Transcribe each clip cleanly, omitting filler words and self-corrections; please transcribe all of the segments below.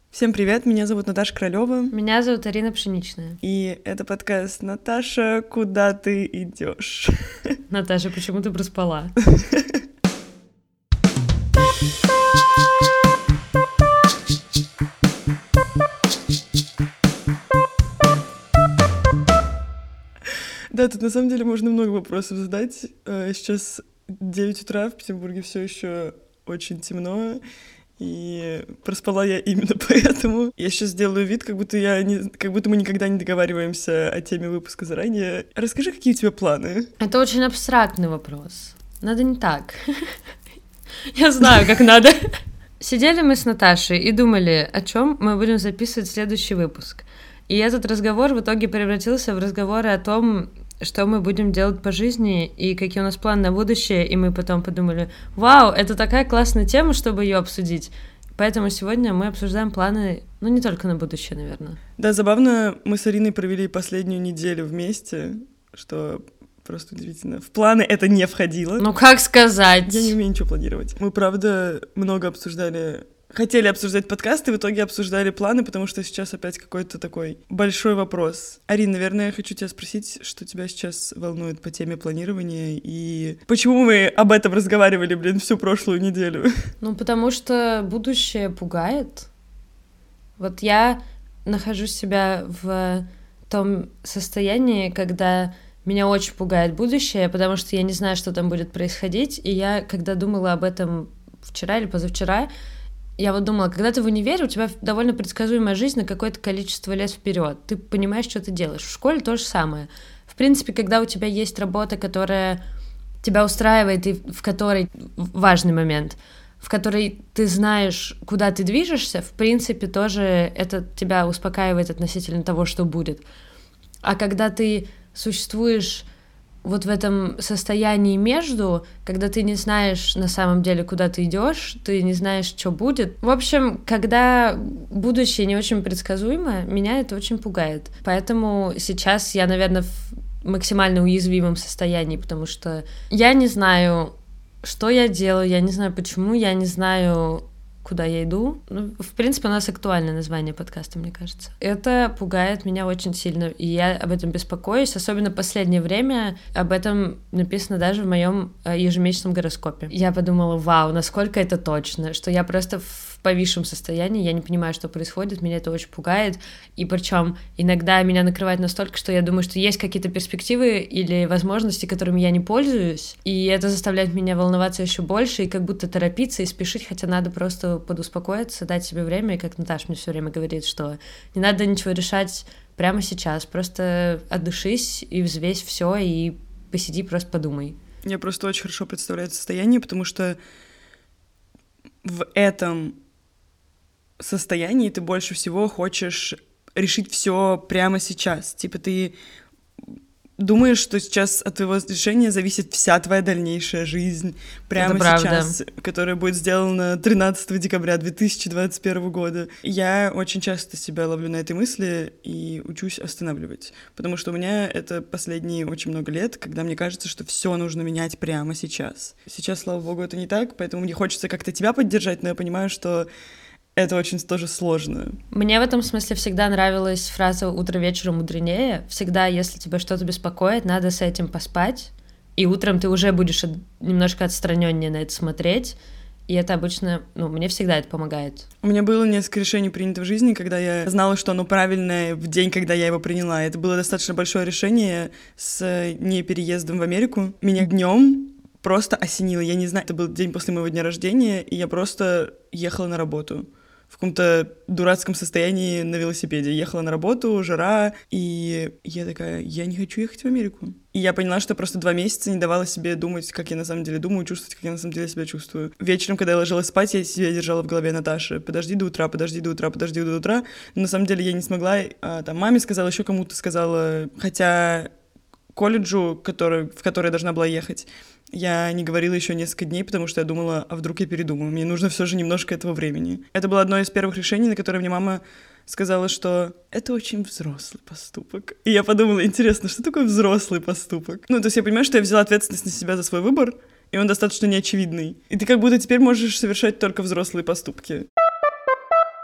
Всем привет, меня зовут Наташа Королева. Меня зовут Арина Пшеничная. И это подкаст «Наташа, куда ты идешь?» Наташа, почему ты проспала? Да, тут на самом деле можно много вопросов задать. Сейчас 9 утра, в Петербурге все еще очень темно. И проспала я именно поэтому. Я сейчас сделаю вид, как будто мы никогда не договариваемся о теме выпуска заранее. Расскажи, какие у тебя планы? Это очень абстрактный вопрос. Надо не так. Я знаю, как надо. Сидели мы с Наташей и думали, о чем мы будем записывать следующий выпуск. И этот разговор в итоге превратился в разговоры о том, что мы будем делать по жизни и какие у нас планы на будущее, и мы потом подумали, вау, это такая классная тема, чтобы ее обсудить. Поэтому сегодня мы обсуждаем планы, не только на будущее, наверное. Да, забавно, мы с Ариной провели последнюю неделю вместе, что просто удивительно. В планы это не входило. Ну, как сказать? Я не умею ничего планировать. Мы, правда, много хотели обсуждать подкасты, в итоге обсуждали планы, потому что сейчас опять какой-то такой большой вопрос. Арин, наверное, я хочу тебя спросить, что тебя сейчас волнует по теме планирования и почему мы об этом разговаривали, всю прошлую неделю? Потому что будущее пугает. Вот я нахожу себя в том состоянии, когда меня очень пугает будущее, потому что я не знаю, что там будет происходить, и я, когда думала об этом вчера или позавчера, я вот думала, когда ты в универе, у тебя довольно предсказуемая жизнь на какое-то количество лет вперед. Ты понимаешь, что ты делаешь. В школе то же самое. В принципе, когда у тебя есть работа, которая тебя устраивает, и в которой важный момент, в которой ты знаешь, куда ты движешься, в принципе, тоже это тебя успокаивает относительно того, что будет. А когда ты существуешь вот в этом состоянии между, когда ты не знаешь на самом деле, куда ты идешь, ты не знаешь, что будет. В общем, когда будущее не очень предсказуемо, меня это очень пугает. Поэтому сейчас я, наверное, в максимально уязвимом состоянии, потому что я не знаю, что я делаю, я не знаю, почему, я не знаю, куда я иду. В принципе, у нас актуальное название подкаста, мне кажется. Это пугает меня очень сильно, и я об этом беспокоюсь, особенно в последнее время. Об этом написано даже в моем ежемесячном гороскопе. Я подумала, вау, насколько это точно, что я просто в повисшем состоянии, я не понимаю, что происходит, меня это очень пугает, и причем иногда меня накрывает настолько, что я думаю, что есть какие-то перспективы или возможности, которыми я не пользуюсь, и это заставляет меня волноваться еще больше и как будто торопиться и спешить, хотя надо просто подуспокоиться, дать себе время, и как Наташа мне все время говорит, что не надо ничего решать прямо сейчас, просто отдышись и взвесь все и посиди, просто подумай. Я просто очень хорошо представляю состояние, потому что в этом состоянии ты больше всего хочешь решить все прямо сейчас. Типа ты думаешь, что сейчас от твоего решения зависит вся твоя дальнейшая жизнь прямо сейчас, которая будет сделана 13 декабря 2021 года. Я очень часто себя ловлю на этой мысли и учусь останавливать, потому что у меня это последние очень много лет, когда мне кажется, что все нужно менять прямо сейчас. Сейчас, слава богу, это не так, поэтому мне хочется как-то тебя поддержать, но я понимаю, что это очень тоже сложно. Мне в этом смысле всегда нравилась фраза «утро вечером мудренее». Всегда, если тебя что-то беспокоит, надо с этим поспать, и утром ты уже будешь немножко отстранённее на это смотреть, и это обычно, мне всегда это помогает. У меня было несколько решений принято в жизни, когда я знала, что оно правильное в день, когда я его приняла. Это было достаточно большое решение с не переездом в Америку. Меня днем просто осенило. Я не знаю, это был день после моего дня рождения, и я просто ехала на работу в каком-то дурацком состоянии на велосипеде. Ехала на работу, жара, и я такая, я не хочу ехать в Америку. И я поняла, что просто 2 месяца не давала себе думать, как я на самом деле думаю, чувствовать, как я на самом деле себя чувствую. Вечером, когда я ложилась спать, я себя держала в голове: Наташа, подожди до утра, подожди до утра, подожди до утра. Но на самом деле я не смогла. Там маме сказала, еще кому-то сказала, хотя колледжу, в который я должна была ехать, я не говорила еще несколько дней, потому что я думала, а вдруг я передумаю, мне нужно все же немножко этого времени. Это было одно из первых решений, на которое мне мама сказала, что это очень взрослый поступок. И я подумала, интересно, что такое взрослый поступок? То есть я понимаю, что я взяла ответственность на себя за свой выбор, и он достаточно неочевидный. И ты как будто теперь можешь совершать только взрослые поступки.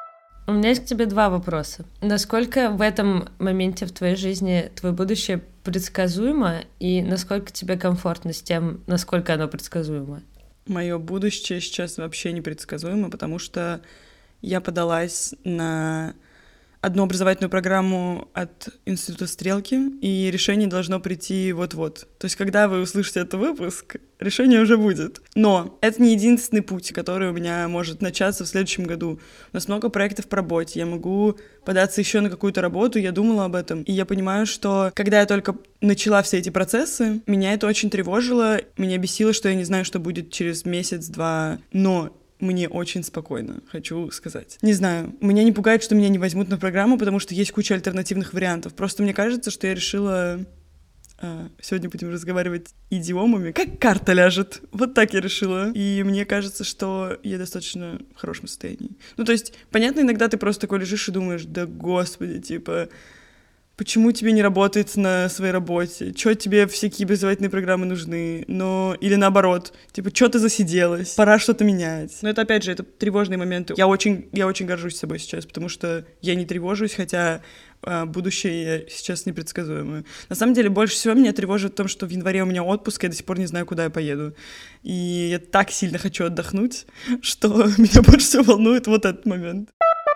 У меня есть к тебе два вопроса. Насколько в этом моменте в твоей жизни твое будущее предсказуемо, и насколько тебе комфортно с тем, насколько оно предсказуемо? Мое будущее сейчас вообще непредсказуемо, потому что я подалась на одну образовательную программу от Института Стрелки, и решение должно прийти вот-вот. То есть, когда вы услышите этот выпуск, решение уже будет. Но это не единственный путь, который у меня может начаться в следующем году. У нас много проектов по работе, я могу податься еще на какую-то работу, я думала об этом. И я понимаю, что когда я только начала все эти процессы, меня это очень тревожило, меня бесило, что я не знаю, что будет через месяц-два, но мне очень спокойно, хочу сказать. Не знаю, меня не пугает, что меня не возьмут на программу, потому что есть куча альтернативных вариантов. Просто мне кажется, что я решила... Сегодня будем разговаривать идиомами. Как карта ляжет. Вот так я решила. И мне кажется, что я достаточно в хорошем состоянии. Ну, то есть, понятно, иногда ты просто такой лежишь и думаешь, да господи, типа... Почему тебе не работает на своей работе? Чё тебе всякие образовательные программы нужны? Но... Или наоборот, типа, чё ты засиделась? Пора что-то менять. Но это, опять же, это тревожные моменты. Я очень горжусь собой сейчас, потому что я не тревожусь, хотя будущее сейчас непредсказуемое. На самом деле, больше всего меня тревожит в том, что в январе у меня отпуск, и я до сих пор не знаю, куда я поеду. И я так сильно хочу отдохнуть, что меня больше всего волнует вот этот момент.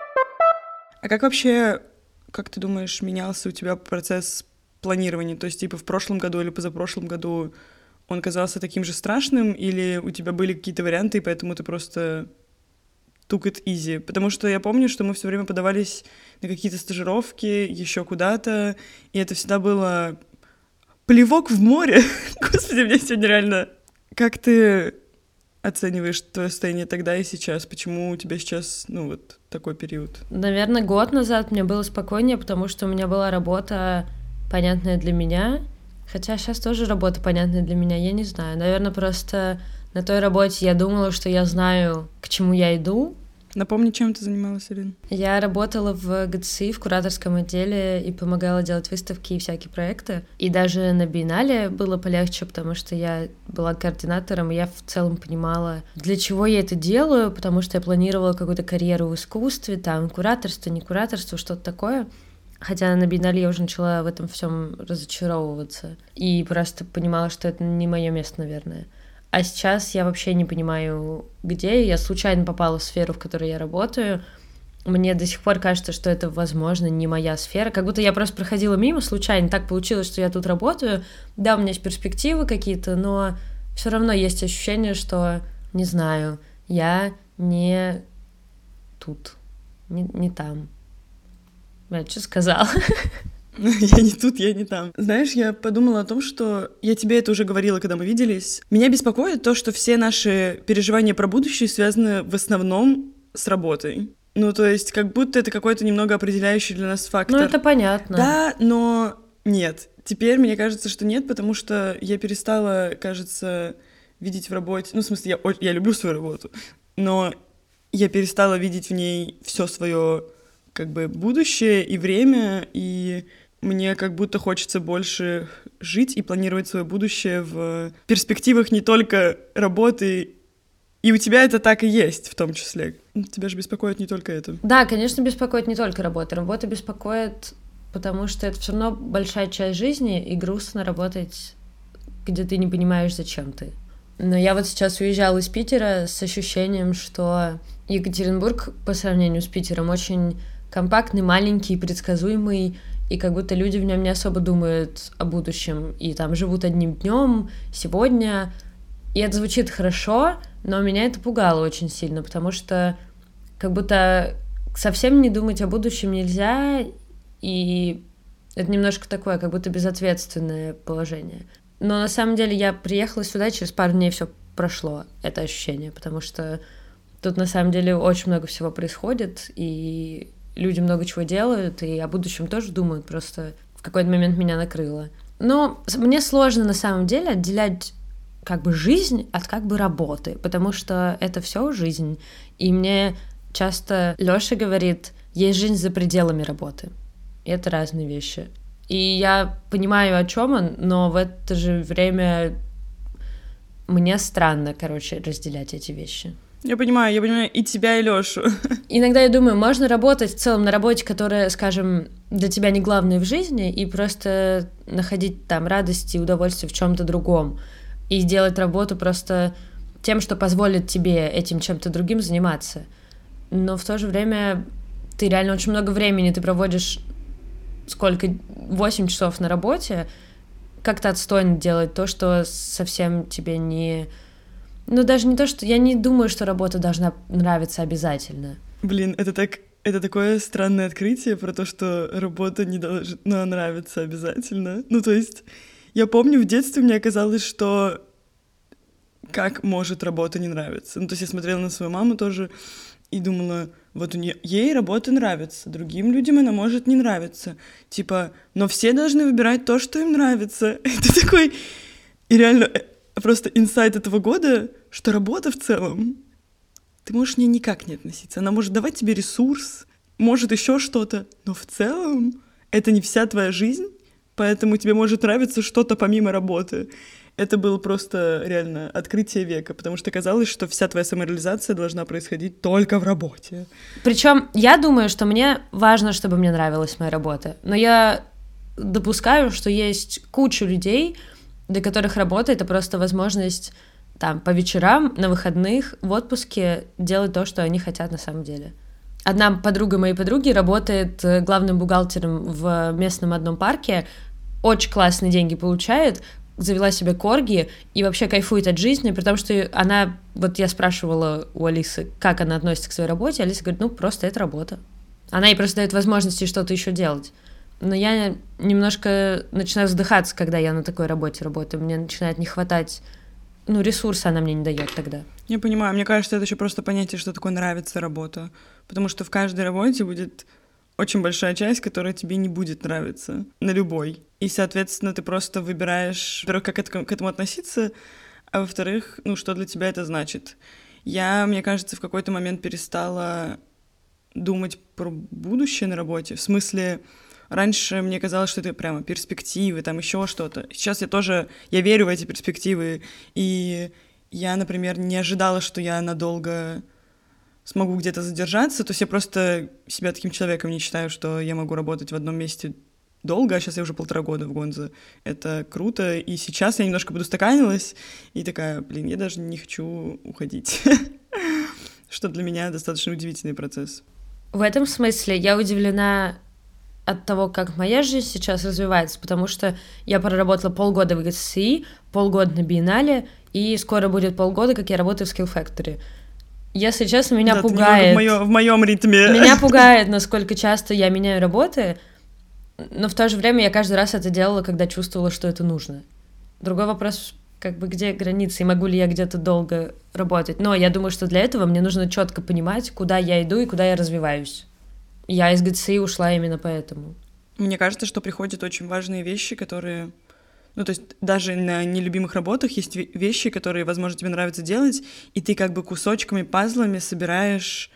А как вообще... Как ты думаешь, менялся у тебя процесс планирования? То есть, типа, в прошлом году или позапрошлом году он казался таким же страшным, или у тебя были какие-то варианты, и поэтому ты просто took it easy? Потому что я помню, что мы все время подавались на какие-то стажировки, еще куда-то, и это всегда было плевок в море. Господи, мне сегодня реально... Как ты оцениваешь твое состояние тогда и сейчас? Почему у тебя сейчас, вот такой период? Наверное, год назад мне было спокойнее, потому что у меня была работа, понятная для меня. Хотя сейчас тоже работа понятная для меня, я не знаю. Наверное, просто на той работе я думала, что я знаю, к чему я иду. Напомни, чем ты занималась, Ирина? Я работала в ГЦИ, в кураторском отделе, и помогала делать выставки и всякие проекты. И даже на биеннале было полегче, потому что я была координатором, и я в целом понимала, для чего я это делаю, потому что я планировала какую-то карьеру в искусстве, там, кураторство, не кураторство, что-то такое. Хотя на биеннале я уже начала в этом всем разочаровываться. И просто понимала, что это не мое место, наверное. А сейчас я вообще не понимаю, где. Я случайно попала в сферу, в которой я работаю. Мне до сих пор кажется, что это, возможно, не моя сфера. Как будто я просто проходила мимо случайно. Так получилось, что я тут работаю. Да, у меня есть перспективы какие-то, но все равно есть ощущение, что, не знаю, я не тут, не там. Я что сказала? Я не тут, я не там. Знаешь, я подумала о том, что я тебе это уже говорила, когда мы виделись. Меня беспокоит то, что все наши переживания про будущее связаны в основном с работой. Ну, то есть, как будто это какой-то немного определяющий для нас фактор. Ну, это понятно. Да, но нет. Теперь мне кажется, что нет, потому что я перестала, кажется, видеть в работе... Ну, в смысле, я люблю свою работу, но я перестала видеть в ней все свое как бы будущее и время, и мне как будто хочется больше жить и планировать свое будущее в перспективах не только работы, и у тебя это так и есть в том числе. Тебя же беспокоит не только это. Да, конечно, беспокоит не только работа. Работа беспокоит, потому что это все равно большая часть жизни, и грустно работать, где ты не понимаешь, зачем ты. Но я вот сейчас уезжала из Питера с ощущением, что Екатеринбург по сравнению с Питером очень компактный, маленький, предсказуемый, и как будто люди в нем не особо думают о будущем, и там живут одним днем, сегодня. И это звучит хорошо, но меня это пугало очень сильно, потому что как будто совсем не думать о будущем нельзя, и это немножко такое, как будто безответственное положение. Но на самом деле я приехала сюда, и через пару дней все прошло, это ощущение, потому что тут на самом деле очень много всего происходит, и люди много чего делают, и о будущем тоже думают, просто в какой-то момент меня накрыло. Но мне сложно на самом деле отделять как бы жизнь от как бы работы, потому что это все жизнь. И мне часто Лёша говорит, есть жизнь за пределами работы. И это разные вещи. И я понимаю, о чем он, но в это же время мне странно, разделять эти вещи. Я понимаю и тебя, и Лёшу. Иногда я думаю, можно работать в целом на работе, которая, скажем, для тебя не главная в жизни, и просто находить там радость и удовольствие в чем-то другом, и сделать работу просто тем, что позволит тебе этим чем-то другим заниматься. Но в то же время ты реально очень много времени ты проводишь, 8 часов на работе, как-то отстойно делать то, что совсем тебе не... Ну, даже не то, что... Я не думаю, что работа должна нравиться обязательно. Блин, это такое странное открытие про то, что работа не должна нравиться обязательно. Ну, то есть, я помню, в детстве мне казалось, что как может работа не нравиться. Ну, то есть я смотрела на свою маму тоже и думала, вот ей работа нравится, другим людям она может не нравиться. Типа, но все должны выбирать то, что им нравится. Это такой... И реально... Просто инсайт этого года, что работа в целом, ты можешь к ней никак не относиться. Она может давать тебе ресурс, может еще что-то, но в целом это не вся твоя жизнь, поэтому тебе может нравиться что-то помимо работы. Это было просто реально открытие века, потому что казалось, что вся твоя самореализация должна происходить только в работе. Причем я думаю, что мне важно, чтобы мне нравилась моя работа, но я допускаю, что есть куча людей, для которых работа — это просто возможность там по вечерам, на выходных, в отпуске делать то, что они хотят на самом деле. Одна подруга моей подруги работает главным бухгалтером в местном одном парке, очень классные деньги получает, завела себе корги и вообще кайфует от жизни, при том, что она... Вот я спрашивала у Алисы, как она относится к своей работе, Алиса говорит, ну, просто это работа. Она ей просто дает возможности что-то еще делать. Но я немножко начинаю задыхаться, когда я на такой работе работаю. Мне начинает не хватать... Ну, ресурса она мне не дает тогда. Я понимаю. Мне кажется, это еще просто понятие, что такое нравится работа. Потому что в каждой работе будет очень большая часть, которая тебе не будет нравиться. На любой. И, соответственно, ты просто выбираешь, во-первых, как к этому относиться, а во-вторых, ну, что для тебя это значит. Я, мне кажется, в какой-то момент перестала думать про будущее на работе. В смысле... Раньше мне казалось, что это прямо перспективы, там еще что-то. Сейчас я верю в эти перспективы, и я, например, не ожидала, что я надолго смогу где-то задержаться, то есть я просто себя таким человеком не считаю, что я могу работать в одном месте долго, а сейчас я уже 1,5 года в Гонзо. Это круто, и сейчас я немножко подустаканилась, и такая, блин, я даже не хочу уходить. Что для меня достаточно удивительный процесс. В этом смысле я удивлена от того, как моя жизнь сейчас развивается, потому что я проработала полгода в ГСИ, полгода на Биеннале, и скоро будет полгода, как я работаю в Skill Factory. Если честно, меня пугает... в моем ритме. Меня пугает, насколько часто я меняю работы, но в то же время я каждый раз это делала, когда чувствовала, что это нужно. Другой вопрос, как бы где границы, и могу ли я где-то долго работать. Но я думаю, что для этого мне нужно четко понимать, куда я иду и куда я развиваюсь. Я из ГЦИ ушла именно поэтому. Мне кажется, что приходят очень важные вещи, которые... Ну, то есть даже на нелюбимых работах есть вещи, которые, возможно, тебе нравится делать, и ты как бы кусочками, пазлами собираешь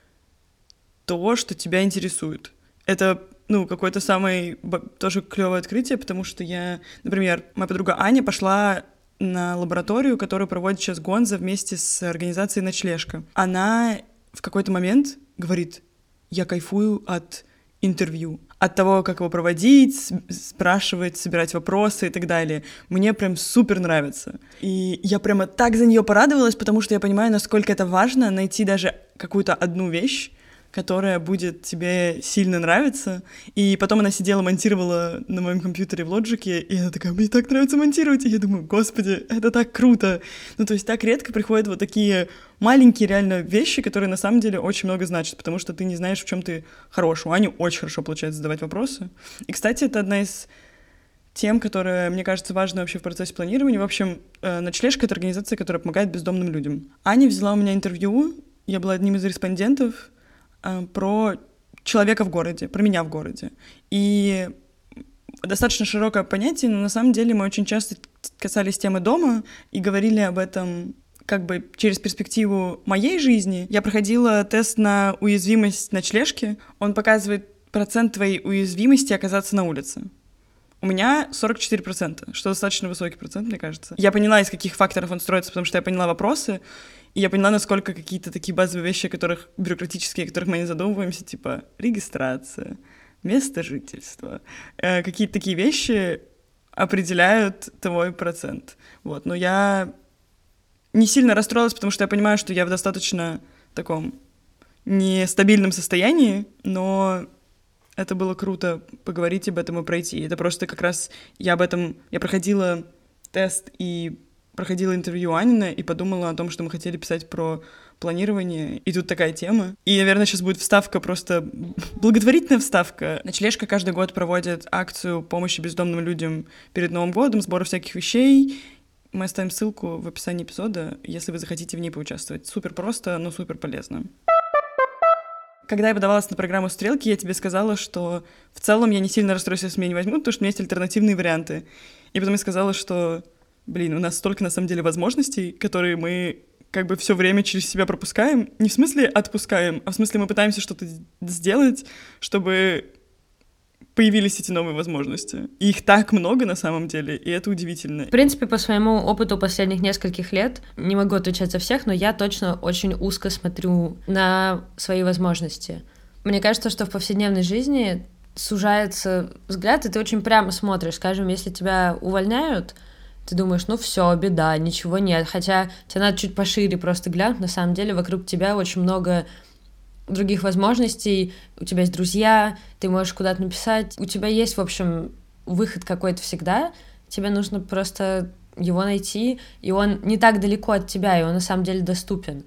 то, что тебя интересует. Это, ну, какое-то самое тоже клевое открытие, потому что например, моя подруга Аня пошла на лабораторию, которую проводит сейчас Гонзо вместе с организацией «Ночлежка». Она в какой-то момент говорит... Я кайфую от интервью, от того, как его проводить, спрашивать, собирать вопросы и так далее. Мне прям супер нравится. И я прямо так за нее порадовалась, потому что я понимаю, насколько это важно найти даже какую-то одну вещь, которая будет тебе сильно нравиться. И потом она сидела, монтировала на моем компьютере в Logic, и она такая, мне так нравится монтировать. И я думаю, господи, это так круто. Ну, то есть так редко приходят вот такие маленькие реально вещи, которые на самом деле очень много значат, потому что ты не знаешь, в чем ты хорош. У Ани очень хорошо получается задавать вопросы. И, кстати, это одна из тем, которая, мне кажется, важна вообще в процессе планирования. В общем, «Ночлежка» — это организация, которая помогает бездомным людям. Аня взяла у меня интервью, я была одним из респондентов, про человека в городе, про меня в городе. И достаточно широкое понятие, но на самом деле мы очень часто касались темы дома и говорили об этом как бы через перспективу моей жизни. Я проходила тест на уязвимость ночлежки. Он показывает процент твоей уязвимости оказаться на улице. У меня 44%, что достаточно высокий процент, мне кажется. Я поняла, из каких факторов он строится, потому что я поняла вопросы, И я поняла, насколько какие-то такие базовые вещи, бюрократические, о которых мы не задумываемся, типа регистрация, место жительства, какие-то такие вещи определяют твой процент. Вот. Но я не сильно расстроилась, потому что я понимаю, что я в достаточно таком нестабильном состоянии, но это было круто поговорить об этом и пройти. Это просто как раз я проходила тест и проходила интервью Анина и подумала о том, что мы хотели писать про планирование, и тут такая тема. И, наверное, сейчас будет вставка, просто благотворительная вставка. Ночлежка каждый год проводит акцию помощи бездомным людям перед Новым годом, сбора всяких вещей. Мы оставим ссылку в описании эпизода, если вы захотите в ней поучаствовать. Супер просто, но супер полезно. Когда я подавалась на программу «Стрелки», я тебе сказала, что в целом я не сильно расстроюсь, если меня не возьмут, потому что у меня есть альтернативные варианты. И потом я сказала, что, у нас столько, на самом деле, возможностей, которые мы как бы все время через себя пропускаем. Не в смысле отпускаем, а в смысле мы пытаемся что-то сделать, чтобы появились эти новые возможности. И их так много на самом деле, и это удивительно. В принципе, по своему опыту последних нескольких лет, не могу отвечать за всех, но я точно очень узко смотрю на свои возможности. Мне кажется, что в повседневной жизни сужается взгляд, и ты очень прямо смотришь. Скажем, если тебя увольняют, ты думаешь, все, беда, ничего нет. Хотя тебе надо чуть пошире просто глянуть. На самом деле вокруг тебя очень много других возможностей. У тебя есть друзья, ты можешь куда-то написать. У тебя есть, в общем, выход какой-то всегда. Тебе нужно просто его найти, и он не так далеко от тебя, и он на самом деле доступен.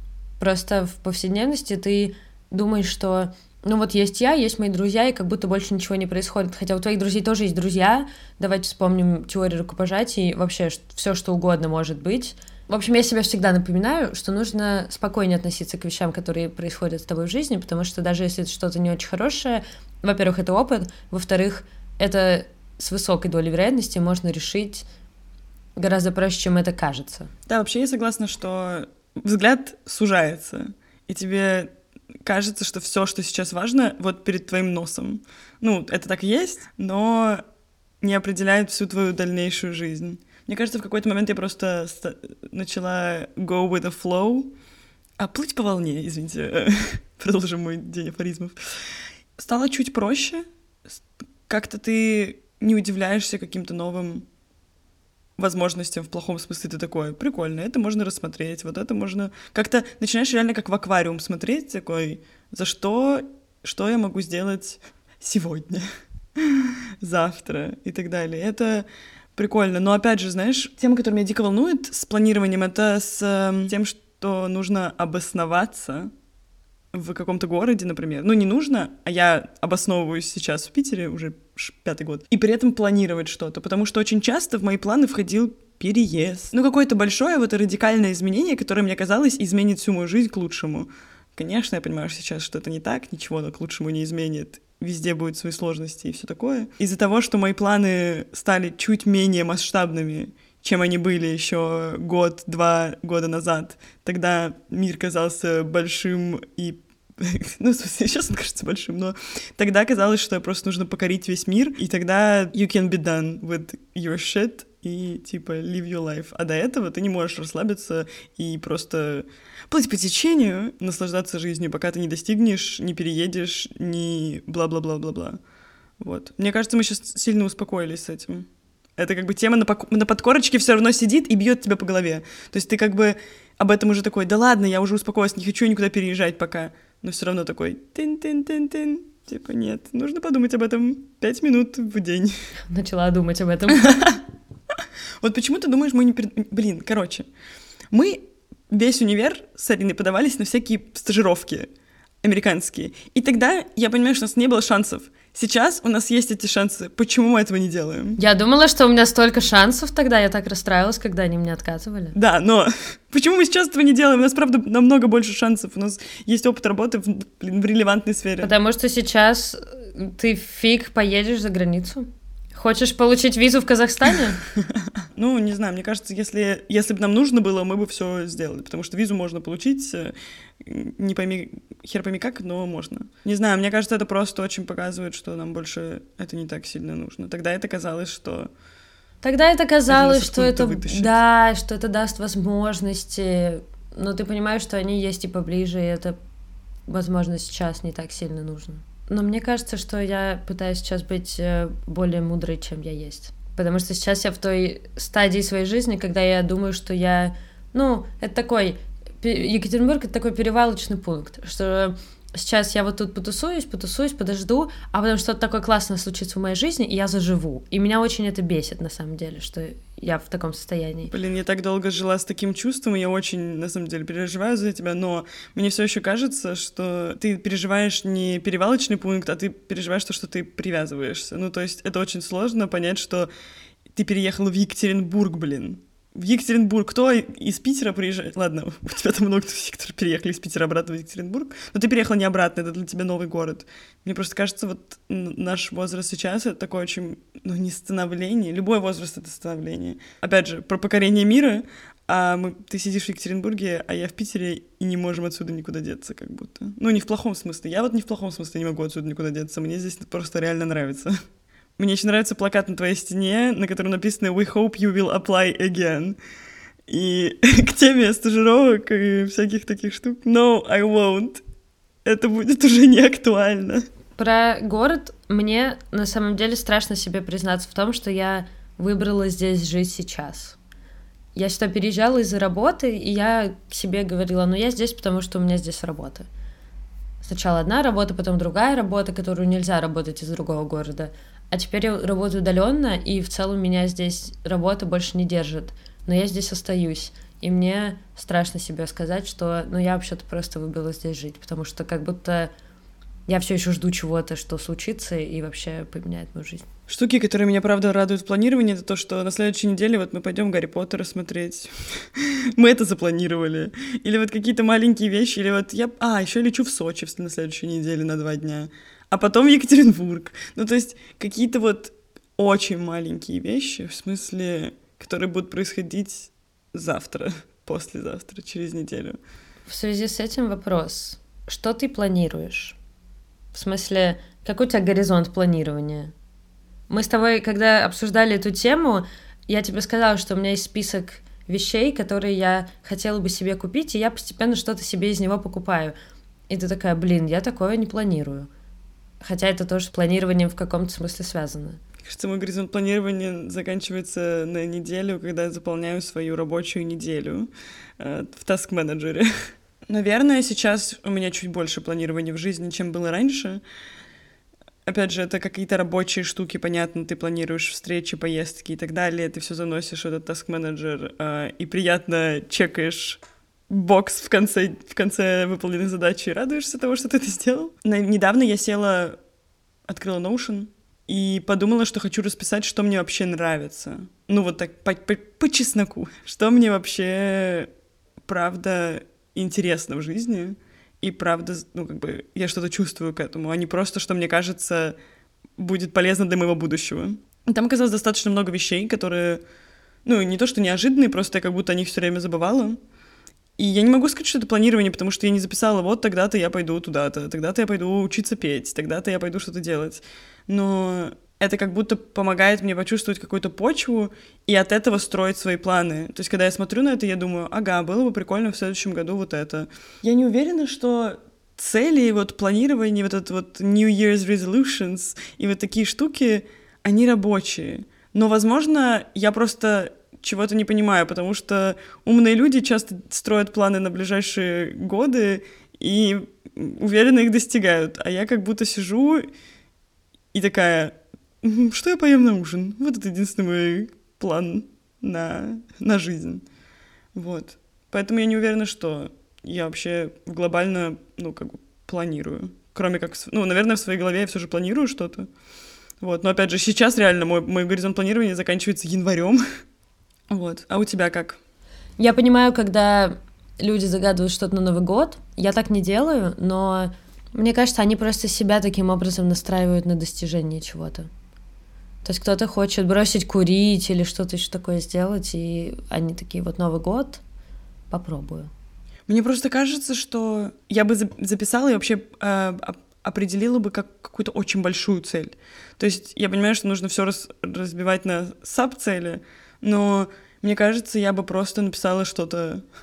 Просто в повседневности ты думаешь, что есть я, есть мои друзья, и как будто больше ничего не происходит. Хотя у твоих друзей тоже есть друзья. Давайте вспомним теорию рукопожатий. Вообще все, что угодно может быть. В общем, я себе всегда напоминаю, что нужно спокойнее относиться к вещам, которые происходят с тобой в жизни, потому что даже если это что-то не очень хорошее, во-первых, это опыт, во-вторых, это с высокой долей вероятности можно решить гораздо проще, чем это кажется. Да, вообще я согласна, что взгляд сужается, и тебе кажется, что все, что сейчас важно, вот перед твоим носом. Это так и есть, но не определяет всю твою дальнейшую жизнь. Мне кажется, в какой-то момент я просто начала go with the flow, плыть по волне, извините, продолжим мой день афоризмов. Стало чуть проще, как-то ты не удивляешься каким-то новым возможностям, в плохом смысле ты такой, прикольно, это можно рассмотреть, вот это можно... Как-то начинаешь реально как в аквариум смотреть, такой, что я могу сделать сегодня, завтра и так далее. Это прикольно. Но опять же, знаешь, тема, которая меня дико волнует с планированием, это с тем, что нужно обосноваться в каком-то городе, например. Не нужно, а я обосновываюсь сейчас в Питере уже 5-й год. И при этом планировать что-то, потому что очень часто в мои планы входил переезд. Какое-то большое радикальное изменение, которое, мне казалось, изменит всю мою жизнь к лучшему. Конечно, я понимаю сейчас, что это не так, ничего оно к лучшему не изменит. Везде будут свои сложности и все такое. Из-за того, что мои планы стали чуть менее масштабными, чем они были еще 1-2 года назад, тогда мир казался большим и... в смысле, сейчас он кажется большим, но тогда казалось, что просто нужно покорить весь мир, и тогда you can be done with your shit, и live your life. А до этого ты не можешь расслабиться и просто плыть по течению, наслаждаться жизнью, пока ты не достигнешь, не переедешь, не бла-бла-бла-бла-бла. Вот. Мне кажется, мы сейчас сильно успокоились с этим. Это тема на подкорочке все равно сидит и бьет тебя по голове. То есть ты об этом уже такой, да ладно, я уже успокоилась, не хочу никуда переезжать пока. Но все равно такой, тын-тын-тын-тын. Нет, нужно подумать об этом 5 минут в день. Начала думать об этом. Вот почему ты думаешь, мы не... мы весь универ с Ариной подавались на всякие стажировки американские. И тогда я понимаю, что у нас не было шансов. Сейчас у нас есть эти шансы. Почему мы этого не делаем? Я думала, что у меня столько шансов тогда, я так расстраивалась, когда они мне отказывали. Да, но почему мы сейчас этого не делаем? У нас, правда, намного больше шансов. У нас есть опыт работы в релевантной сфере. Потому что сейчас ты фиг поедешь за границу. Хочешь получить визу в Казахстане? Не знаю, мне кажется, если бы нам нужно было, мы бы все сделали, потому что визу можно получить, не пойми, хер пойми как, но можно. Не знаю, мне кажется, это просто очень показывает, что нам больше это не так сильно нужно. Тогда это казалось, что это вытащит. Да, что это даст возможности но ты понимаешь, что они есть и поближе, и это, возможно, сейчас не так сильно нужно. Но мне кажется, что я пытаюсь сейчас быть более мудрой, чем я есть. Потому что сейчас я в той стадии своей жизни, когда я думаю, что я... Ну, это такой... Екатеринбург — это такой перевалочный пункт, что сейчас я вот тут потусуюсь, подожду, а потом что-то такое классное случится в моей жизни, и я заживу. И меня очень это бесит, на самом деле, что я в таком состоянии. Блин, я так долго жила с таким чувством, и я очень, на самом деле, переживаю за тебя, но мне все еще кажется, что ты переживаешь не перевалочный пункт, а ты переживаешь то, что ты привязываешься. Ну, то есть это очень сложно понять, что ты переехала в Екатеринбург, блин. В Екатеринбург. Кто из Питера приезжает? Ладно, у тебя там много людей, которые переехали из Питера обратно в Екатеринбург, но ты переехала не обратно, это для тебя новый город. Мне просто кажется, вот наш возраст сейчас — это такое очень, ну, не становление. Любой возраст — это становление. Опять же, про покорение мира, ты сидишь в Екатеринбурге, а я в Питере, и не можем отсюда никуда деться, как будто. Ну, не в плохом смысле. Я вот не в плохом смысле не могу отсюда никуда деться. Мне здесь просто реально нравится. Мне еще нравится плакат на твоей стене, на котором написано «We hope you will apply again». И к теме стажировок и всяких таких штук «No, I won't». Это будет уже не актуально. Про город мне на самом деле страшно себе признаться в том, что я выбрала здесь жить сейчас. Я сюда переезжала из-за работы, и я к себе говорила, ну я здесь, потому что у меня здесь работа. Сначала одна работа, потом другая работа, которую нельзя работать из другого города. А теперь я работаю удаленно, и в целом меня здесь работа больше не держит. Но я здесь остаюсь. И мне страшно себе сказать, что я вообще-то просто выбрала здесь жить, потому что как будто я все еще жду чего-то, что случится, и вообще поменяет мою жизнь. Штуки, которые меня, правда, радуют в планировании, это то, что на следующей неделе вот мы пойдем Гарри Поттера смотреть. Мы это запланировали. Или вот какие-то маленькие вещи, или вот я... еще лечу в Сочи на следующей неделе на 2 дня. А потом в Екатеринбург. Ну, то есть какие-то вот очень маленькие вещи, в смысле, которые будут происходить завтра, послезавтра, через неделю. В связи с этим вопрос. Что ты планируешь? В смысле, какой у тебя горизонт планирования? Мы с тобой, когда обсуждали эту тему, я тебе сказала, что у меня есть список вещей, которые я хотела бы себе купить, и я постепенно что-то себе из него покупаю. И ты такая, блин, я такое не планирую. Хотя это тоже с планированием в каком-то смысле связано. Кажется, мой горизонт планирования заканчивается на неделю, когда я заполняю свою рабочую неделю в таск-менеджере. Наверное, сейчас у меня чуть больше планирования в жизни, чем было раньше. Опять же, это какие-то рабочие штуки, понятно, ты планируешь встречи, поездки и так далее, ты все заносишь в этот таск-менеджер и приятно чекаешь бокс в конце выполненной задачи и радуешься того, что ты это сделал. Недавно я открыла Notion и подумала, что хочу расписать, что мне вообще нравится. Ну вот так, по чесноку. Что мне вообще, правда, интересно в жизни. И правда, я что-то чувствую к этому, а не просто, что мне кажется, будет полезно для моего будущего. Там оказалось достаточно много вещей, которые, не то что неожиданные, просто я как будто о них все время забывала. И я не могу сказать, что это планирование, потому что я не записала, вот тогда-то я пойду туда-то, тогда-то я пойду учиться петь, тогда-то я пойду что-то делать. Но это как будто помогает мне почувствовать какую-то почву и от этого строить свои планы. То есть, когда я смотрю на это, я думаю, было бы прикольно в следующем году вот это. Я не уверена, что цели, вот планирование, вот это вот New Year's Resolutions и вот такие штуки, они рабочие. Но, возможно, я просто чего-то не понимаю, потому что умные люди часто строят планы на ближайшие годы и уверенно их достигают. А я как будто сижу и такая, что я поем на ужин? Вот это единственный мой план на жизнь. Вот. Поэтому я не уверена, что я вообще глобально, планирую. Кроме как, наверное, в своей голове я все же планирую что-то. Вот. Но опять же, сейчас реально мой горизонт планирования заканчивается январем. Вот. А у тебя как? Я понимаю, когда люди загадывают что-то на Новый год, я так не делаю, но мне кажется, они просто себя таким образом настраивают на достижение чего-то. То есть кто-то хочет бросить курить или что-то еще такое сделать, и они такие, вот Новый год, попробую. Мне просто кажется, что я бы записала и вообще определила бы как какую-то очень большую цель. То есть я понимаю, что нужно все разбивать на саб-цели, но мне кажется, я бы просто написала что-то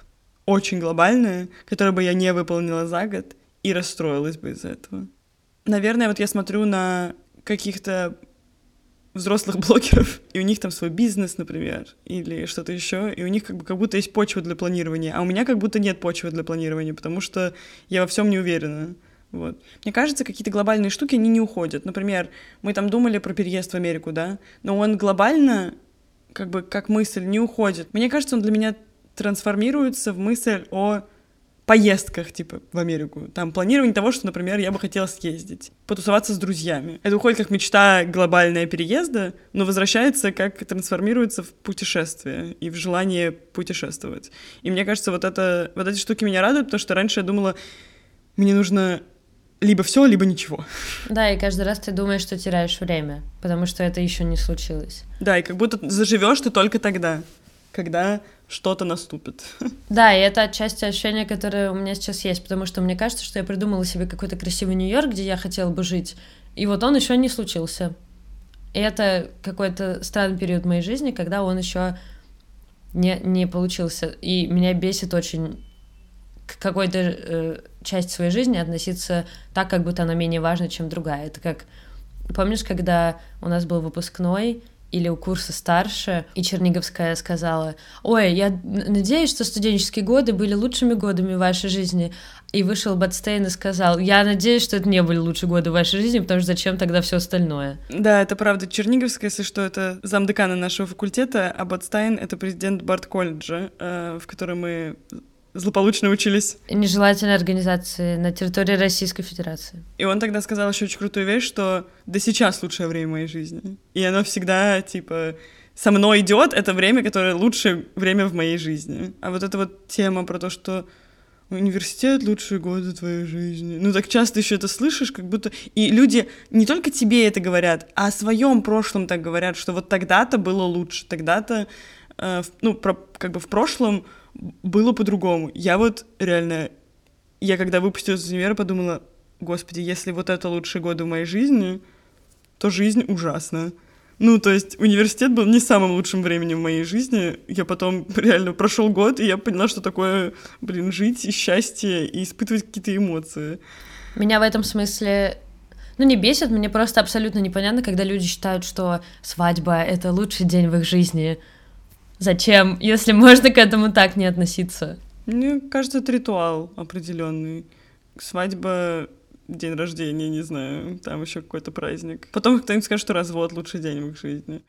очень глобальное, которое бы я не выполнила за год и расстроилась бы из-за этого. Наверное, вот я смотрю на каких-то взрослых блогеров, и у них там свой бизнес, например, или что-то еще, и у них как будто есть почва для планирования, а у меня как будто нет почвы для планирования, потому что я во всем не уверена. Вот. Мне кажется, какие-то глобальные штуки, они не уходят. Например, мы там думали про переезд в Америку, да, но он глобально, как мысль, не уходит. Мне кажется, он для меня трансформируется в мысль о поездках, типа, в Америку. Там планирование того, что, например, я бы хотела съездить, потусоваться с друзьями. Это уходит как мечта глобальная переезда, но возвращается, как трансформируется в путешествие и в желание путешествовать. И мне кажется, вот эти штуки меня радуют, потому что раньше я думала, мне нужно либо все, либо ничего. Да, и каждый раз ты думаешь, что теряешь время, потому что это еще не случилось. Да, и как будто заживешь ты только тогда, когда что-то наступит. Да, и это отчасти ощущение, которое у меня сейчас есть, потому что мне кажется, что я придумала себе какой-то красивый Нью-Йорк, где я хотела бы жить, и вот он еще не случился. И это какой-то странный период моей жизни, когда он еще не получился. И меня бесит очень к какой-то части своей жизни относиться так, как будто она менее важна, чем другая. Это как... Помнишь, когда у нас был выпускной, или у курса старше, и Черниговская сказала: «Ой, я надеюсь, что студенческие годы были лучшими годами в вашей жизни». И вышел Батстейн и сказал: «Я надеюсь, что это не были лучшие годы в вашей жизни, потому что зачем тогда все остальное?» Да, это правда. Черниговская, если что, это замдекана нашего факультета, а Батстейн — это президент Барт-колледжа, в котором мы злополучно учились. Нежелательной организации на территории Российской Федерации. И он тогда сказал еще очень крутую вещь, что да сейчас лучшее время моей жизни. И оно всегда, типа, со мной идет, это время, которое лучшее время в моей жизни. А вот эта вот тема про то, что университет — лучшие годы твоей жизни. Ну, так часто еще это слышишь, как будто... И люди не только тебе это говорят, а о своем прошлом так говорят, что вот тогда-то было лучше, тогда-то, в прошлом было по-другому. Я вот реально... Я когда выпустилась из универа, подумала: господи, если вот это лучшие годы в моей жизни, то жизнь ужасна. Ну, то есть университет был не самым лучшим временем в моей жизни. Я потом реально прошел год, и я поняла, что такое, жить и счастье, и испытывать какие-то эмоции. Меня в этом смысле... не бесит, мне просто абсолютно непонятно, когда люди считают, что свадьба — это лучший день в их жизни. Зачем, если можно к этому так не относиться? Мне кажется, это ритуал определенный. Свадьба, день рождения, не знаю, там еще какой-то праздник. Потом кто-нибудь скажет, что развод — лучший день в их жизни.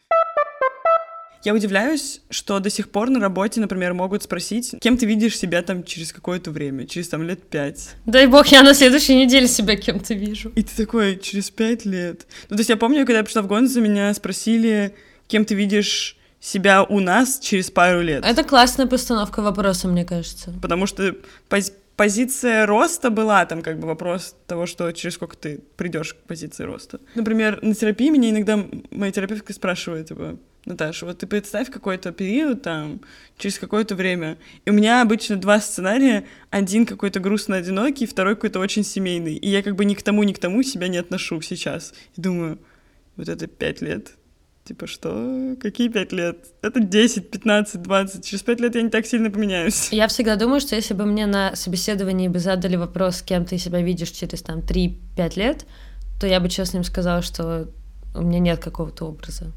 Я удивляюсь, что до сих пор на работе, например, могут спросить, кем ты видишь себя там через какое-то время, через там лет 5. Дай бог, я на следующей неделе себя кем-то вижу. И ты такой: через 5 лет. Ну, то есть я помню, когда я пришла в Гонзо, меня спросили, кем ты видишь себя у нас через пару лет. Это классная постановка вопроса, мне кажется. Потому что позиция роста была, там вопрос того, что через сколько ты придешь к позиции роста. Например, на терапии меня иногда моя терапевтка спрашивает, типа: Наташа, вот ты представь какой-то период там, через какое-то время. И у меня обычно 2 сценария. Один какой-то грустно-одинокий, второй какой-то очень семейный. И я ни к тому себя не отношу сейчас. И думаю, вот это 5 лет. Типа, что? Какие 5 лет? Это 10, 15, 20. Через 5 лет я не так сильно поменяюсь. Я всегда думаю, что если бы мне на собеседовании бы задали вопрос, кем ты себя видишь через 3-5 лет, то я бы честно им сказала, что у меня нет какого-то образа.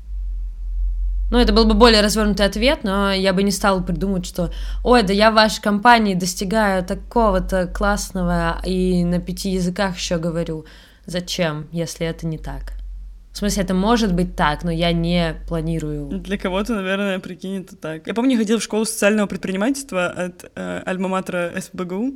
Это был бы более развернутый ответ, но я бы не стала придумывать, что: ой, да я в вашей компании достигаю такого-то классного и на 5 языках еще говорю. Зачем, если это не так? В смысле, это может быть так, но я не планирую. Для кого-то, наверное, прикинь, это так. Я помню, я ходила в школу социального предпринимательства от Альма-Матера СПбГУ,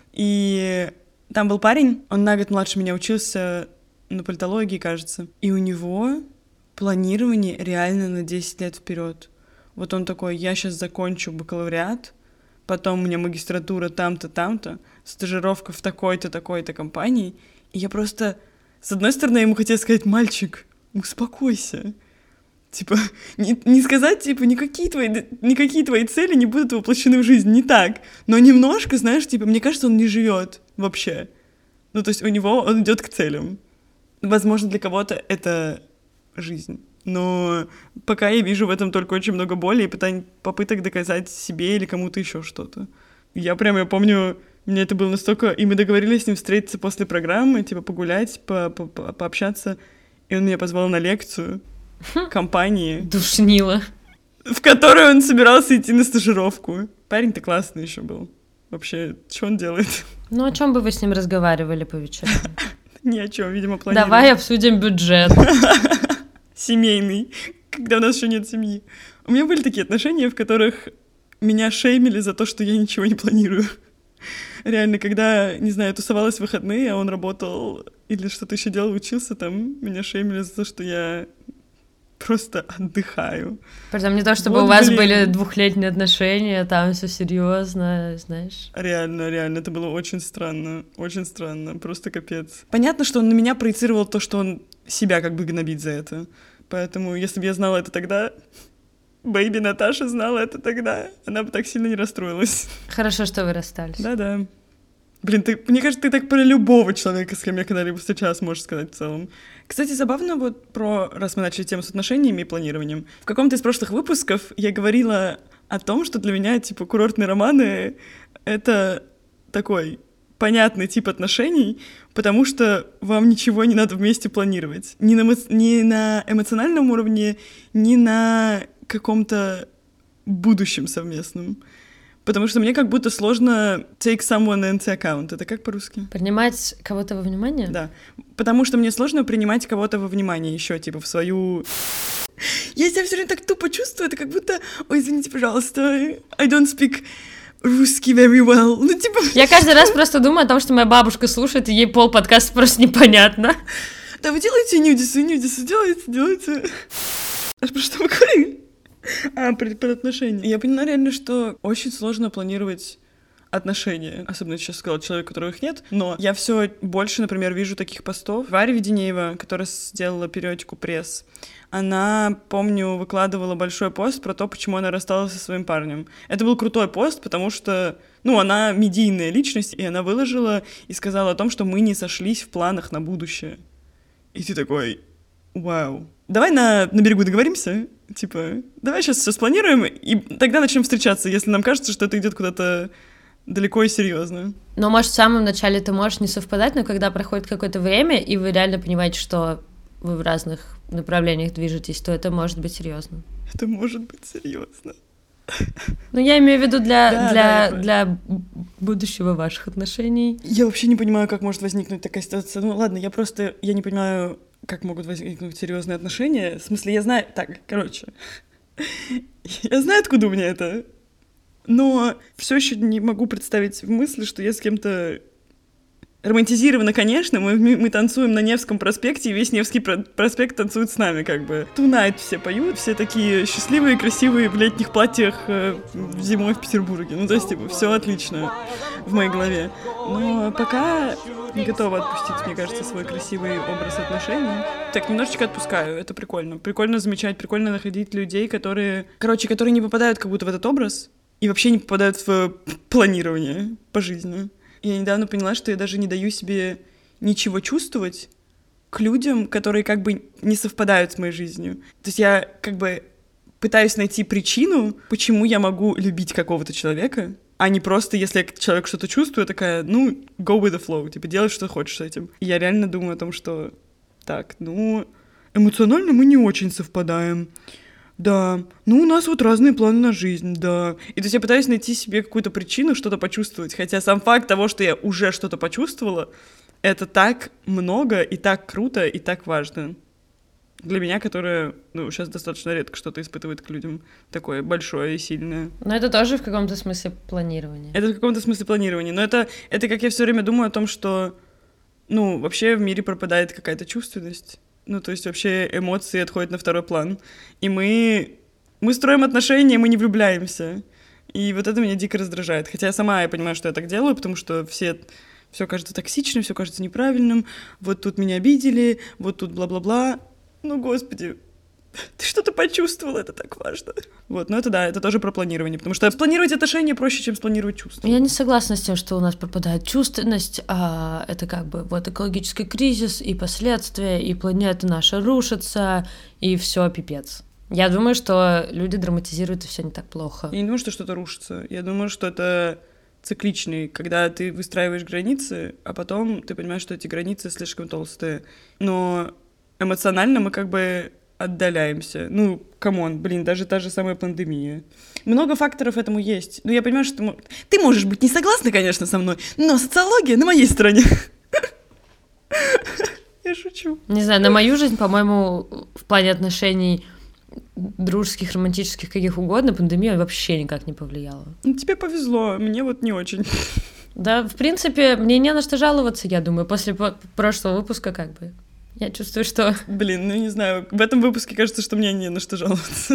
и там был парень, он на год младше меня учился на политологии, кажется, и у него планирование реально на 10 лет вперед. Вот он такой: я сейчас закончу бакалавриат, потом у меня магистратура там-то, там-то, стажировка в такой-то, такой-то компании, и я просто... С одной стороны, я ему хотела сказать: мальчик, успокойся. Типа, не сказать, типа, никакие твои цели не будут воплощены в жизнь, не так. Но немножко, знаешь, типа, мне кажется, он не живет вообще. Ну, то есть он идет к целям. Возможно, для кого-то это жизнь. Но пока я вижу в этом только очень много боли и попыток доказать себе или кому-то еще что-то. Я помню, мне это было настолько... И мы договорились с ним встретиться после программы, типа погулять, пообщаться. И он меня позвал на лекцию компании. Душнило. В которой он собирался идти на стажировку. Парень-то классный еще был. Вообще, что он делает? Ну, о чем бы вы с ним разговаривали по вечерам? Ни о чем, видимо, планируем. Давай обсудим бюджет. Семейный, когда у нас еще нет семьи. У меня были такие отношения, в которых меня шеймили за то, что я ничего не планирую. Реально, когда, не знаю, тусовалась в выходные, а он работал или что-то еще делал, учился там, меня шеймили за то, что я просто отдыхаю. Притом не то, чтобы вот, у вас были 2-летние отношения, там все серьезно, знаешь. Реально, это было очень странно, просто капец. Понятно, что он на меня проецировал то, что он себя как бы гнобит за это. Поэтому, если бы я знала это тогда, бэйби Наташа знала это тогда, она бы так сильно не расстроилась. Хорошо, что вы расстались. Да. Блин, мне кажется, ты так про любого человека, с кем я когда-либо встречалась, можешь сказать в целом. Кстати, забавно вот раз мы начали тему с отношениями и планированием. В каком-то из прошлых выпусков я говорила о том, что для меня, типа, курортные романы — это такой понятный тип отношений, потому что вам ничего не надо вместе планировать. Ни на эмоциональном уровне, ни на каком-то будущем совместном. Потому что мне как будто сложно take someone into account. Это как по-русски? Принимать кого-то во внимание? Да. Потому что мне сложно принимать кого-то во внимание еще, типа, в свою... Я себя все время так тупо чувствую, это как будто... Ой, извините, пожалуйста, I don't speak русский very well. Ну, типа... Я каждый раз просто думаю о том, что моя бабушка слушает, и ей подкаста просто непонятно. Да вы делаете нюдисы, делаете. А про что мы говорим? Про отношения. Я поняла реально, что очень сложно планировать отношения. Особенно сейчас сказала человек, у которого их нет. Но я все больше, например, вижу таких постов. Варя Веденеева, которая сделала периодику «Пресс», она, помню, выкладывала большой пост про то, почему она рассталась со своим парнем. Это был крутой пост, потому что, она медийная личность, и она выложила и сказала о том, что мы не сошлись в планах на будущее. И ты такой: вау. Давай на берегу договоримся, типа, давай сейчас все спланируем, и тогда начнем встречаться, если нам кажется, что это идет куда-то далеко и серьезно. Но, может, в самом начале ты можешь не совпадать, но когда проходит какое-то время, и вы реально понимаете, что вы в разных направлениях движетесь, то это может быть серьезно. Это может быть серьезно. Ну, я имею в виду для будущего ваших отношений. Я вообще не понимаю, как может возникнуть такая ситуация. Ну, ладно, я не понимаю, как могут возникнуть серьезные отношения. В смысле, я знаю... Я знаю, откуда у меня это. Но все еще не могу представить в мысли, что я с кем-то... Романтизировано, конечно, мы танцуем на Невском проспекте, и весь Невский проспект танцует с нами, как бы. Tonight все поют, все такие счастливые, красивые в летних платьях зимой в Петербурге. Ну, то есть, типа, все отлично в моей голове. Но пока не готова отпустить, мне кажется, свой красивый образ отношений. Так, немножечко отпускаю, это прикольно. Прикольно замечать, прикольно находить людей, которые не попадают как будто в этот образ и вообще не попадают в планирование по жизни. Я недавно поняла, что я даже не даю себе ничего чувствовать к людям, которые как бы не совпадают с моей жизнью. То есть я как бы пытаюсь найти причину, почему я могу любить какого-то человека, а не просто, если человек что-то чувствует, такая, go with the flow, типа, делай, что хочешь с этим. И я реально думаю о том, что эмоционально мы не очень совпадаем. Да, у нас вот разные планы на жизнь, да. И то есть я пытаюсь найти себе какую-то причину что-то почувствовать, хотя сам факт того, что я уже что-то почувствовала, это так много и так круто и так важно. Для меня, которая, сейчас достаточно редко что-то испытывает к людям такое большое и сильное. Но это тоже в каком-то смысле планирование. Это в каком-то смысле планирование. Но это как я все время думаю о том, что, вообще в мире пропадает какая-то чувственность. То есть вообще эмоции отходят на второй план. И мы строим отношения, мы не влюбляемся. И вот это меня дико раздражает. Хотя я понимаю, что я так делаю, потому что все кажется токсичным, все кажется неправильным. Вот тут меня обидели, вот тут бла-бла-бла. Господи, ты что-то почувствовал, это так важно. Вот, это да, это тоже про планирование, потому что спланировать отношения проще, чем спланировать чувства. Я не согласна с тем, что у нас пропадает чувственность, а это как бы вот экологический кризис и последствия, и планета наша рушится, и все пипец. Я думаю, что люди драматизируют, и все не так плохо. Я не думаю, что что-то рушится. Я думаю, что это цикличный, когда ты выстраиваешь границы, а потом ты понимаешь, что эти границы слишком толстые. Но эмоционально мы как бы отдаляемся. Ну, камон, блин, даже та же самая пандемия. Много факторов этому есть. Ну, я понимаю, что ты можешь быть не согласна, конечно, со мной, но социология на моей стороне. Я шучу. Не знаю, на мою жизнь, по-моему, в плане отношений дружеских, романтических, каких угодно, пандемия вообще никак не повлияла. Ну, тебе повезло, мне вот не очень. Да, в принципе, мне не на что жаловаться, я думаю, после прошлого выпуска как бы. Я чувствую, что... Блин, ну не знаю, в этом выпуске кажется, что мне не на что жаловаться.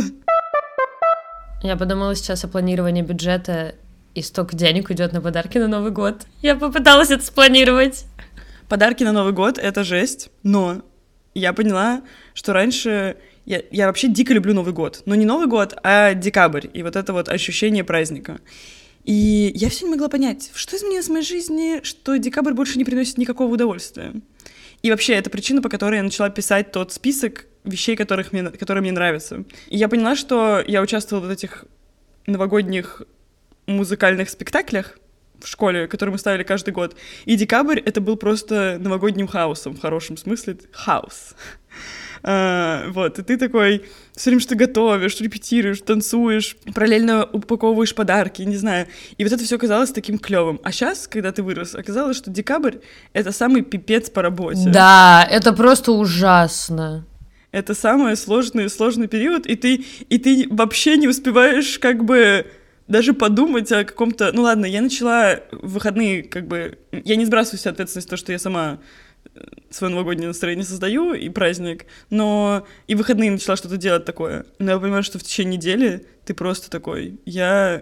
Я подумала сейчас о планировании бюджета, и столько денег уйдет на подарки на Новый год. Я попыталась это спланировать. Подарки на Новый год — это жесть, но я поняла, что раньше... Я вообще дико люблю Новый год. Но не Новый год, а декабрь. И вот это вот ощущение праздника. И я все не могла понять, что изменилось в моей жизни, что декабрь больше не приносит никакого удовольствия. И вообще, это причина, по которой я начала писать тот список вещей, которые мне нравятся. И я поняла, что я участвовала в этих новогодних музыкальных спектаклях в школе, которые мы ставили каждый год. И декабрь — это был просто новогодним хаосом, в хорошем смысле. Хаос. Вот, и ты такой все время что готовишь, репетируешь, танцуешь, параллельно упаковываешь подарки, не знаю. И вот это все казалось таким клевым. А сейчас, когда ты вырос, оказалось, что декабрь — это самый пипец по работе. Да, это просто ужасно. Это самый сложный период, и ты вообще не успеваешь как бы даже подумать о каком-то... Ну ладно, я начала в выходные как бы... Я не сбрасываю себе ответственность то, что я сама свое новогоднее настроение создаю и праздник, но и в выходные начала что-то делать такое. Но я понимаю, что в течение недели ты просто такой, я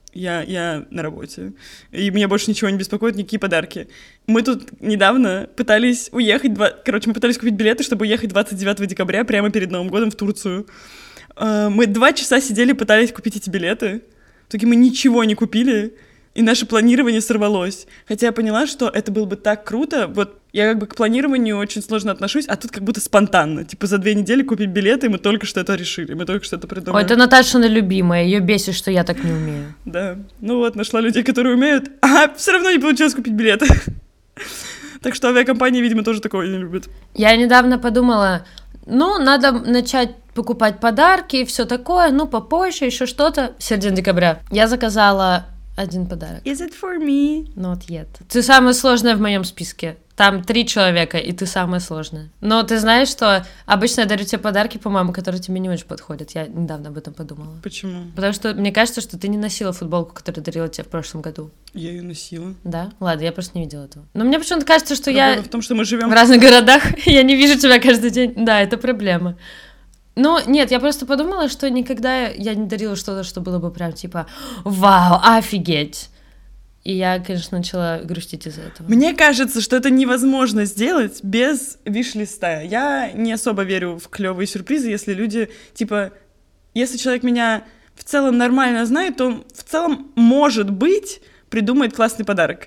на работе, и меня больше ничего не беспокоит, никакие подарки. Мы тут недавно пытались уехать, мы пытались купить билеты, чтобы уехать 29 декабря прямо перед Новым годом в Турцию. Мы 2 часа сидели, пытались купить эти билеты, в итоге мы ничего не купили, и наше планирование сорвалось. Хотя я поняла, что это было бы так круто. Вот я как бы к планированию очень сложно отношусь, а тут как будто спонтанно. Типа за 2 недели купить билеты, и мы только что это решили, мы только что это придумали. Ой, это Наташина любимая, ее бесит, что я так не умею. Да, ну вот, нашла людей, которые умеют, а все равно не получилось купить билеты. Так что авиакомпании, видимо, тоже такого не любят. Я недавно подумала, надо начать покупать подарки и все такое, попозже, еще что-то. Середина декабря. Я заказала 1 подарок. Is it for me? Not yet. Ты самая сложная в моем списке. Там 3 человека, и ты самая сложная. Но ты знаешь, что обычно я дарю тебе подарки, по-моему, которые тебе не очень подходят. Я недавно об этом подумала. Почему? Потому что мне кажется, что ты не носила футболку, которую дарила тебе в прошлом году. Я ее носила. Да? Ладно, я просто не видела этого. Но мне почему-то кажется, что Проблема в том, что мы живем в разных городах, я не вижу тебя каждый день. Да, это проблема. Нет, я просто подумала, что никогда я не дарила что-то, что было бы прям типа «Вау, офигеть!» И я, конечно, начала грустить из-за этого. Мне кажется, что это невозможно сделать без виш-листа. Я не особо верю в клевые сюрпризы, если люди, типа, если человек меня в целом нормально знает, то он в целом, может быть, придумает классный подарок.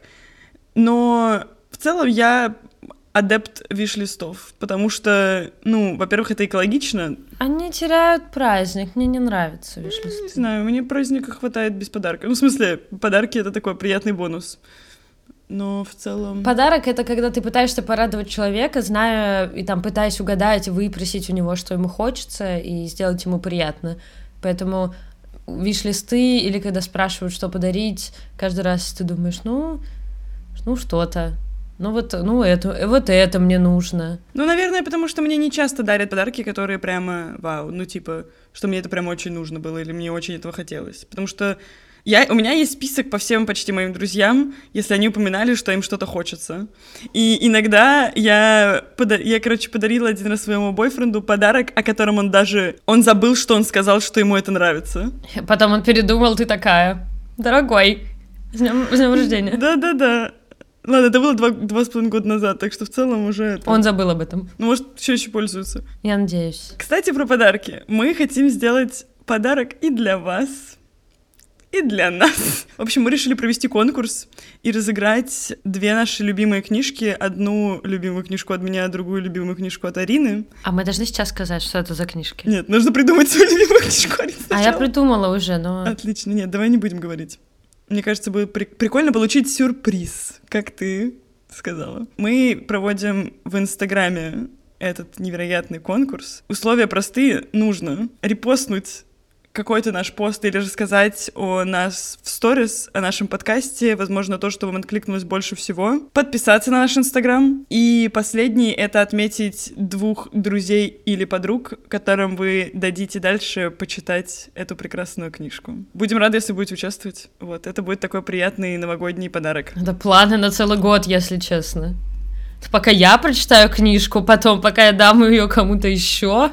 Но в целом я адепт виш-листов, потому что, во-первых, это экологично. Они теряют праздник, мне не нравится виш-листы. Не знаю, мне праздника хватает без подарка. В смысле, подарки — это такой приятный бонус. Но в целом... Подарок — это когда ты пытаешься порадовать человека, зная и там пытаясь угадать, выпросить у него, что ему хочется, и сделать ему приятно. Поэтому виш-листы или когда спрашивают, что подарить, каждый раз ты думаешь, что-то. Вот это мне нужно. Наверное, потому что мне не часто дарят подарки, которые прямо вау, что мне это прямо очень нужно было, или мне очень этого хотелось. Потому что у меня есть список по всем почти моим друзьям, если они упоминали, что им что-то хочется. И иногда я подарила один раз своему бойфренду подарок, о котором он забыл, что он сказал, что ему это нравится. Потом он передумал, ты такая: дорогой, с днем рождения. Да. Ладно, это было 2,5 года назад, так что в целом уже... Он забыл об этом. Может, все еще пользуется. Я надеюсь. Кстати, про подарки. Мы хотим сделать подарок и для вас, и для нас. В общем, мы решили провести конкурс и разыграть 2 наши любимые книжки. 1 любимую книжку от меня, другую любимую книжку от Арины. А мы должны сейчас сказать, что это за книжки? Нет, нужно придумать свою любимую книжку, Арина, сначала. А я придумала уже, но... Отлично, нет, давай не будем говорить. Мне кажется, будет прикольно получить сюрприз, как ты сказала. Мы проводим в Инстаграме этот невероятный конкурс. Условия простые. Нужно репостнуть какой-то наш пост или рассказать о нас в сторис, о нашем подкасте, возможно, то, что вам откликнулось больше всего. Подписаться на наш Инстаграм. И последний — это отметить 2 друзей или подруг, которым вы дадите дальше почитать эту прекрасную книжку. Будем рады, если будете участвовать. Вот, это будет такой приятный новогодний подарок. Это планы на целый год, если честно. Пока я прочитаю книжку, потом, пока я дам ее кому-то еще.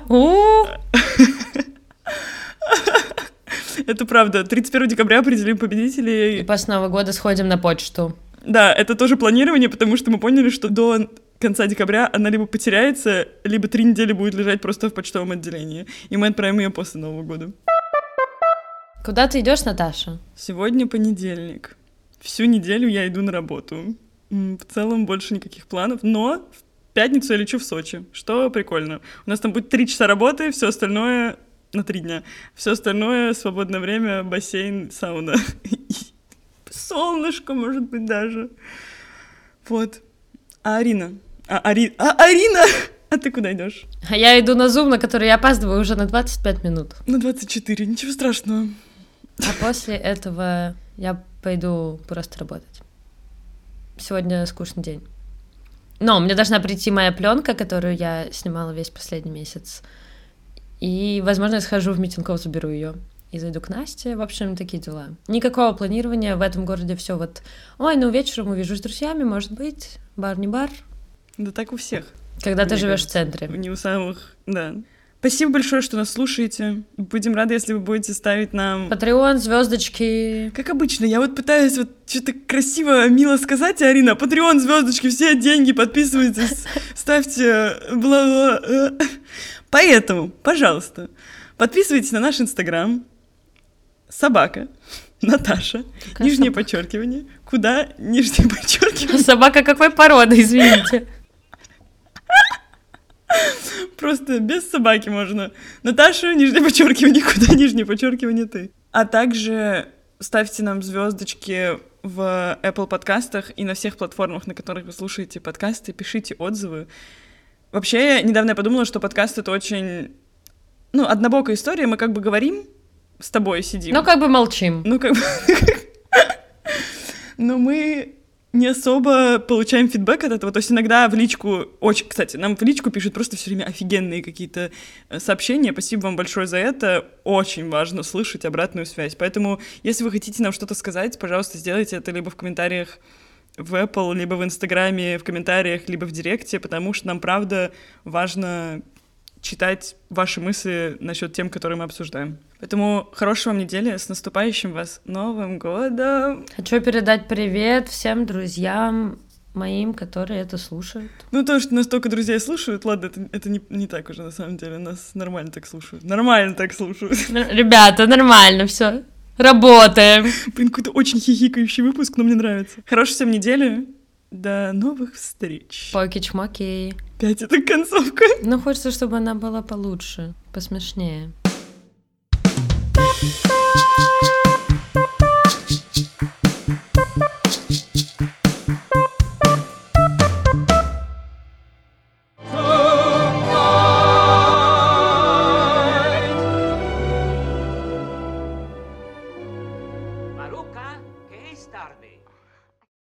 Это правда. 31 декабря определим победителей. И после Нового года сходим на почту. Да, это тоже планирование, потому что мы поняли, что до конца декабря она либо потеряется, либо 3 недели будет лежать просто в почтовом отделении. И мы отправим ее после Нового года. Куда ты идешь, Наташа? Сегодня понедельник. Всю неделю я иду на работу. В целом больше никаких планов, но в пятницу я лечу в Сочи, что прикольно. У нас там будет 3 часа работы, все остальное на 3 дня. Все остальное — свободное время, бассейн, сауна. Солнышко, может быть, даже. Вот. А Арина? Арина! А ты куда идешь? А я иду на Zoom, на который я опаздываю уже на 25 минут. На 24, ничего страшного. А после этого я пойду просто работать. Сегодня скучный день. Но мне должна прийти моя пленка, которую я снимала весь последний месяц. И, возможно, я схожу в Митинков, заберу ее и зайду к Насте. В общем, такие дела. Никакого планирования в этом городе, все вот. Ой, ну вечером увижусь с друзьями, может быть, бар не бар. Да так у всех. Когда ты живешь в центре. Не у самых, да. Спасибо большое, что нас слушаете. Будем рады, если вы будете ставить нам... Патреон, звездочки. Как обычно, я вот пытаюсь вот что-то красиво, мило сказать, Арина. Патреон, звездочки, все деньги, подписывайтесь, ставьте бла-бла. Поэтому, пожалуйста, подписывайтесь на наш Инстаграм. Собака. Наташа. Какая нижнее собака? Подчеркивание. Куда? Нижнее подчеркивание. Собака какой породы, извините. Просто без собаки можно. Наташа, нижнее подчеркивание, куда нижнее подчеркивание ты. А также ставьте нам звездочки в Apple подкастах и на всех платформах, на которых вы слушаете подкасты, пишите отзывы. Вообще, недавно я подумала, что подкаст — это очень, однобокая история. Мы как бы говорим, с тобой сидим. Ну, как бы молчим. Но мы не особо получаем фидбэк от этого. То есть иногда в личку... Кстати, нам в личку пишут просто все время офигенные какие-то сообщения. Спасибо вам большое за это. Очень важно слышать обратную связь. Поэтому, если вы хотите нам что-то сказать, пожалуйста, сделайте это либо в комментариях в Apple, либо в Инстаграме, в комментариях, либо в Директе, потому что нам, правда, важно читать ваши мысли насчет тем, которые мы обсуждаем. Поэтому хорошей вам недели, с наступающим вас Новым годом! Хочу передать привет всем друзьям моим, которые это слушают. То, что нас только друзья слушают, ладно, это не так уже на самом деле, нас нормально так слушают. Нормально так слушают. Ребята, нормально все. Работаем. Какой-то очень хихикающий выпуск, но мне нравится. Хорошей всем недели. До новых встреч. Поки-чмоки. Опять эта концовка. Хочется, чтобы она была получше, посмешнее.